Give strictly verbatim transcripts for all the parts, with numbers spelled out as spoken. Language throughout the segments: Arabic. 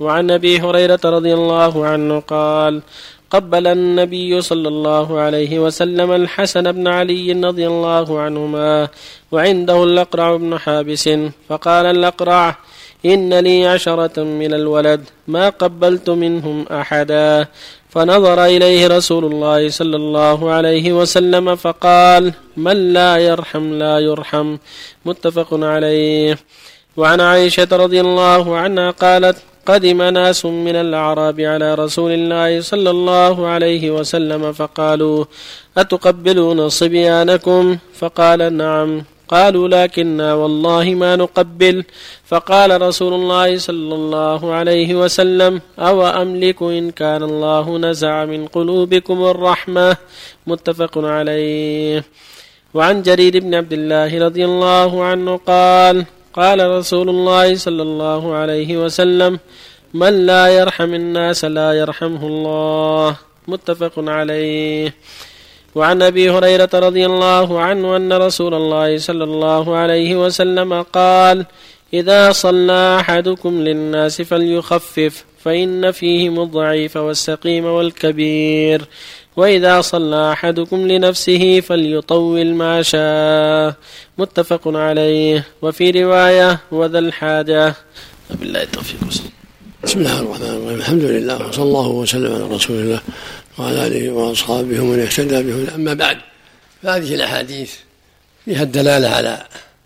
وعن أبي هريرة رضي الله عنه قال: قبل النبي صلى الله عليه وسلم الحسن بن علي رضي الله عنهما وعنده الأقرع بن حابس، فقال الأقرع: إن لي عشرة من الولد ما قبلت منهم أحدا. فنظر إليه رسول الله صلى الله عليه وسلم فقال: من لا يرحم لا يرحم. متفق عليه. وعن عائشة رضي الله عنها قالت: قدم ناس من الأعراب على رسول الله صلى الله عليه وسلم فقالوا: أتقبلون صبيانكم؟ فقال: نعم. قالوا: لكننا والله ما نقبل. فقال رسول الله صلى الله عليه وسلم: أو أملك إن كان الله نزع من قلوبكم الرحمة. متفق عليه. وعن جرير بن عبد الله رضي الله عنه قال: قال رسول الله صلى الله عليه وسلم: من لا يرحم الناس لا يرحمه الله. متفق عليه. وعن أبي هريرة رضي الله عنه أن رسول الله صلى الله عليه وسلم قال: إذا صلى أحدكم للناس فليخفف، فإن فيهم الضعيف والسقيم والكبير، وإذا صلى أحدكم لنفسه فليطول ما شاء. متفق عليه. وفي رواية: وذا الحاجة. بالله التوفيق. بسم الله الرحمن الرحيم. الحمد لله وصلى الله وسلم على رسول الله وعلى آله وأصحابه ومن اهتدى به. أما بعد، فهذه الأحاديث فيها الدلالة على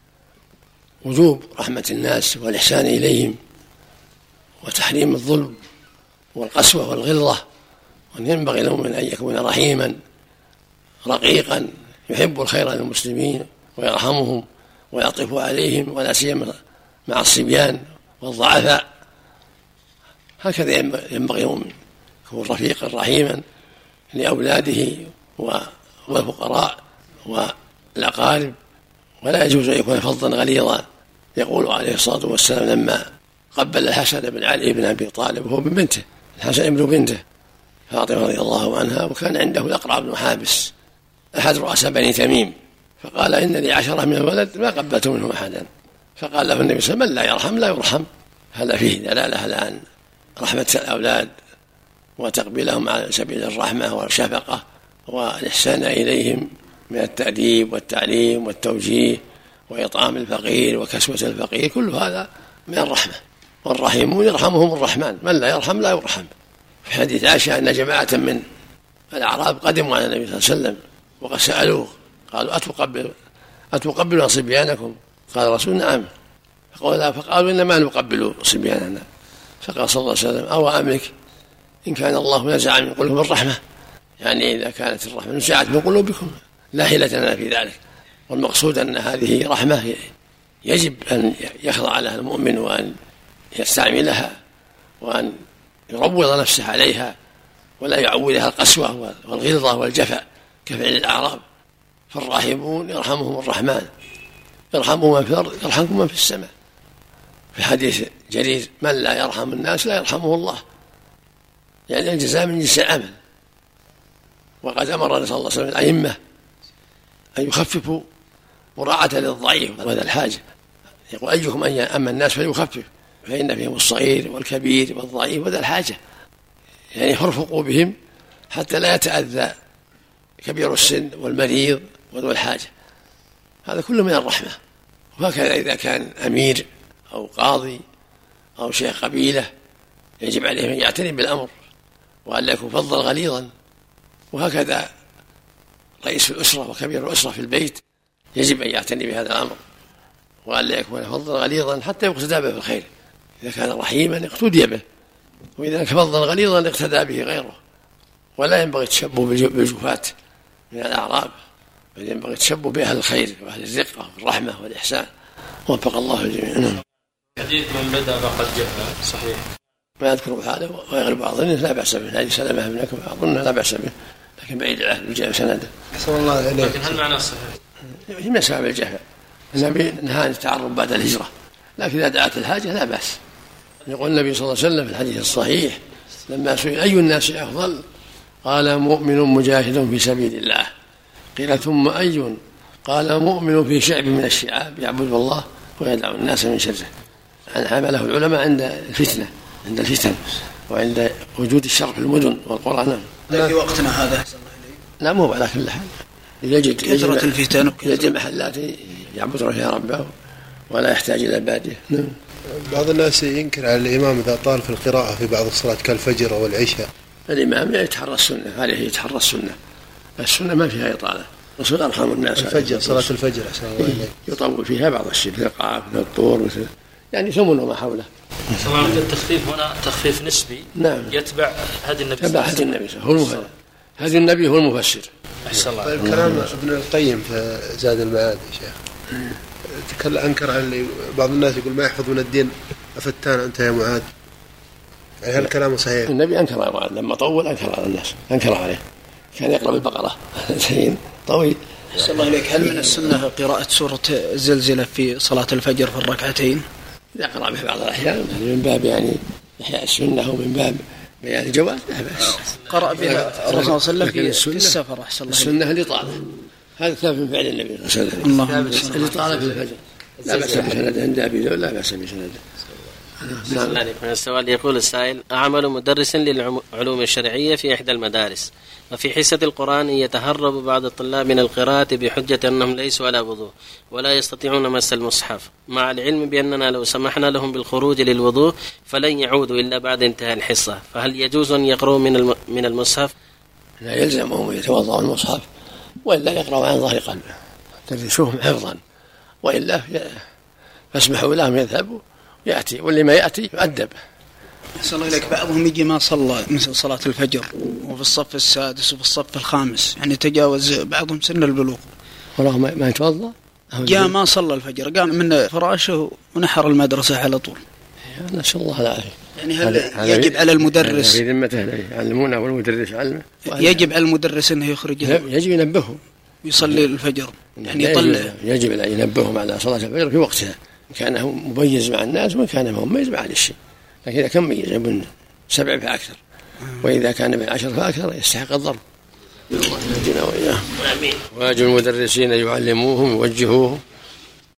وجوب رحمة الناس والإحسان إليهم وتحريم الظلم والقسوة والغلظة، وأن ينبغي لهم أن يكون رحيما رقيقا يحب الخير للمسلمين ويرحمهم ويعطف عليهم، ولا سيما مع الصبيان والضعفاء. هكذا ينبغي المؤمن يكون رفيقا رحيما لأولاده والفقراء والأقارب، ولا يجوز أن يكون فظا غليظا. يقول عليه الصلاة والسلام لما قبل الحسن بن علي بن أبي طالب وهو بنته، الحسن ابن بنته فاطمة رضي الله عنها، وكان عنده الأقرع بن حابس أحد رؤساء بني تميم، فقال: إن لي عشرة من الولد ما قبلت منهم أحدا. فقال له النبي صلى الله عليه وسلم: من لا يرحم لا يرحم. هذا فيه دلالة على أن رحمة الأولاد وتقبيلهم على سبيل الرحمة والشفقة والإحسان إليهم من التأديب والتعليم والتوجيه وإطعام الفقير وكسوة الفقير، كل هذا من الرحمة. والرحيمون يرحمهم الرحمن، من لا يرحم لا يرحم. في حديث عائشة أن جماعة من الأعراب قدموا على النبي صلى الله عليه وسلم وقد سألوه قالوا: أتقبل أتقبلوا صبيانكم؟ قال الرسول: نعم. فقالوا: إنما نقبل صبياننا. فقال صلى الله عليه وسلم: أو أملك إن كان الله نزع من قلوبهم الرحمة، يعني إذا كانت الرحمة نزعت من قلوبكم لا حيلة لنا في ذلك. والمقصود أن هذه رحمة يجب أن يخضع لها المؤمن وأن يستعملها وأن يروض نفسه عليها، ولا يعودها القسوة والغلظة والجفاء كفعل الأعراب. فالراحمون يرحمهم الرحمن، يرحمهم من في الأرض يرحمكم من في السماء. في حديث جرير: من لا يرحم الناس لا يرحمه الله، يعني الجزاء من جنس العمل. وقد أمر صلى الله عليه وسلم الأئمة أن يخففوا مراعاة للضعيف وذا الحاجة. يقول: أيكم أن أما الناس فليخفف، فإن فيهم الصغير والكبير والضعيف وذا الحاجة، يعني يرفقوا بهم حتى لا يتأذى كبير السن والمريض وذو الحاجة. هذا كله من الرحمة. وهكذا إذا كان أمير أو قاضي أو شيخ قبيلة يجب عليه أن يعتني بالأمر وأن لا يكون فظا غليظا. وهكذا رئيس الأسرة وكبير الأسرة في البيت يجب أن يعتني بهذا الأمر وأن لا يكون فظا غليظا حتى يقتدى به في الخير. إذا كان رحيما اقتدي به، وإذا كان فظا غليظا اقتدى به غيره. ولا ينبغي التشبه بالجفاة من الأعراب، بل ينبغي التشبه بأهل الخير وأهل الرقة والرحمة والإحسان. وفق الله الجميع. حديث من بدأ فقد جفا صحيح، ما يذكر حاله ويغلب أظنه لا بأس به. هذه سلمة بن أكوع أظنه لا بأس به، لكن بعيد العهد الجاء سنده. لكن هل معنى الصحيح؟ هي من سبب الجفا. النبي نهى عن التعرض بعد الهجرة، لكن إذا دعت الحاجة لا بأس. يقول النبي صلى الله عليه وسلم في الحديث الصحيح لما سئل: أي الناس أفضل؟ قال: مؤمن مجاهد في سبيل الله. قيل: ثم أي؟ قال: مؤمن في شعب من الشعاب يعبد الله ويدعو الناس من شره. أن حمله العلماء عند الفتنة عند الفتن وعند وجود الشر في المدن والقرى. نعم. في وقتنا هذا لا مو على كل حال، يجد كثرة الفتن يجد محلات يعبدون فيها ربه ولا يحتاج إلى بادية. نعم. بعض الناس ينكر على الإمام إذا طال في القراءة في بعض الصلاة كالفجر والعشاء. الإمام يتحرى السنة، عليه يتحرى السنة، السنة ما فيها إطالة، الرسول أرحم الناس. الفجر صلاة الفجر أحسن الله إليك يطول فيها بعض الشيء مثل القاف مثل الطور مثل يعني ثمن وما حوله. طبعا التخفيف هنا تخفيف نسبي. نعم. يتبع هدي النبي تبع هدي النبي هو المفسر. هدي النبي هو المفسر. أحسن الله. طيب كلام ابن القيم في زاد المعاد يا شيخ تكلم أنكر على اللي بعض الناس يقول ما يحفظ من الدين أفتان أنت يا معاذ، يعني هل الكلام صحيح؟ النبي أنكر على معاذ لما طول، أنكر على الناس، أنكر عليه، كان يقرأ بالبقرة زين طويل. أحسن الله إليك. هل من السنة قراءة سورة الزلزلة في صلاة الفجر في الركعتين؟ إذا قرأ به بعض الأحيان من باب يعني إحياء السنة ومن باب بيان الجواز لا بأس. قرأ بها الرسول صلى الله عليه وسلم في السفر. أحسن الله إليك. السنة الإطالة هذا ثابت من فعل النبي صلى الله عليه وسلم، الإطالة في الفجر لا بأس بسنده، عند أبي ذر لا بأس بسنده. نعم. السؤال يقول السائل: أعمل مدرس للعلوم الشرعية في إحدى المدارس، وفي حصة القرآن يتهرب بعض الطلاب من القراءة بحجة أنهم ليسوا على وضوء ولا يستطيعون مس المصحف، مع العلم بأننا لو سمحنا لهم بالخروج للوضوء فلن يعودوا إلا بعد انتهاء الحصة، فهل يجوز أن يقرأوا من من المصحف؟ لا يلزمهم يتوضأوا المصحف، وإلا يقرأوا عن ظهر قلبه تدرسوهم حفظا، وإلا فاسمحوا لهم يذهبوا يأتي، واللي ما يأتي يؤدب. أحسن الله إليك. بعضهم يجي ما صلى مثل صلاة الفجر وفي الصف السادس وفي الصف الخامس، يعني تجاوز بعضهم سن البلوغ، والله ما يتوضأ، جاء ما صلى الفجر، قام من فراشه ونحر المدرسة على طول. نسأل الله العافية. يعني هل يجب على المدرس في ذمته يعلمونه والمدرس علمه؟ يجب على المدرس أنه يخرجه، يجب ينبههم يصلي الفجر، يعني يطلع، يجب أن ينبههم على صلاة الفجر في وقتها، كان هو مميز مع الناس وإن كان مميز مع الشيء، لكن إذا كان مميز ابن سبع فأكثر وإذا كان ابن عشر فأكثر يستحق الضرب. الله يهدينا وإياهم. واجب المدرسين يعلموهم ويوجهوهم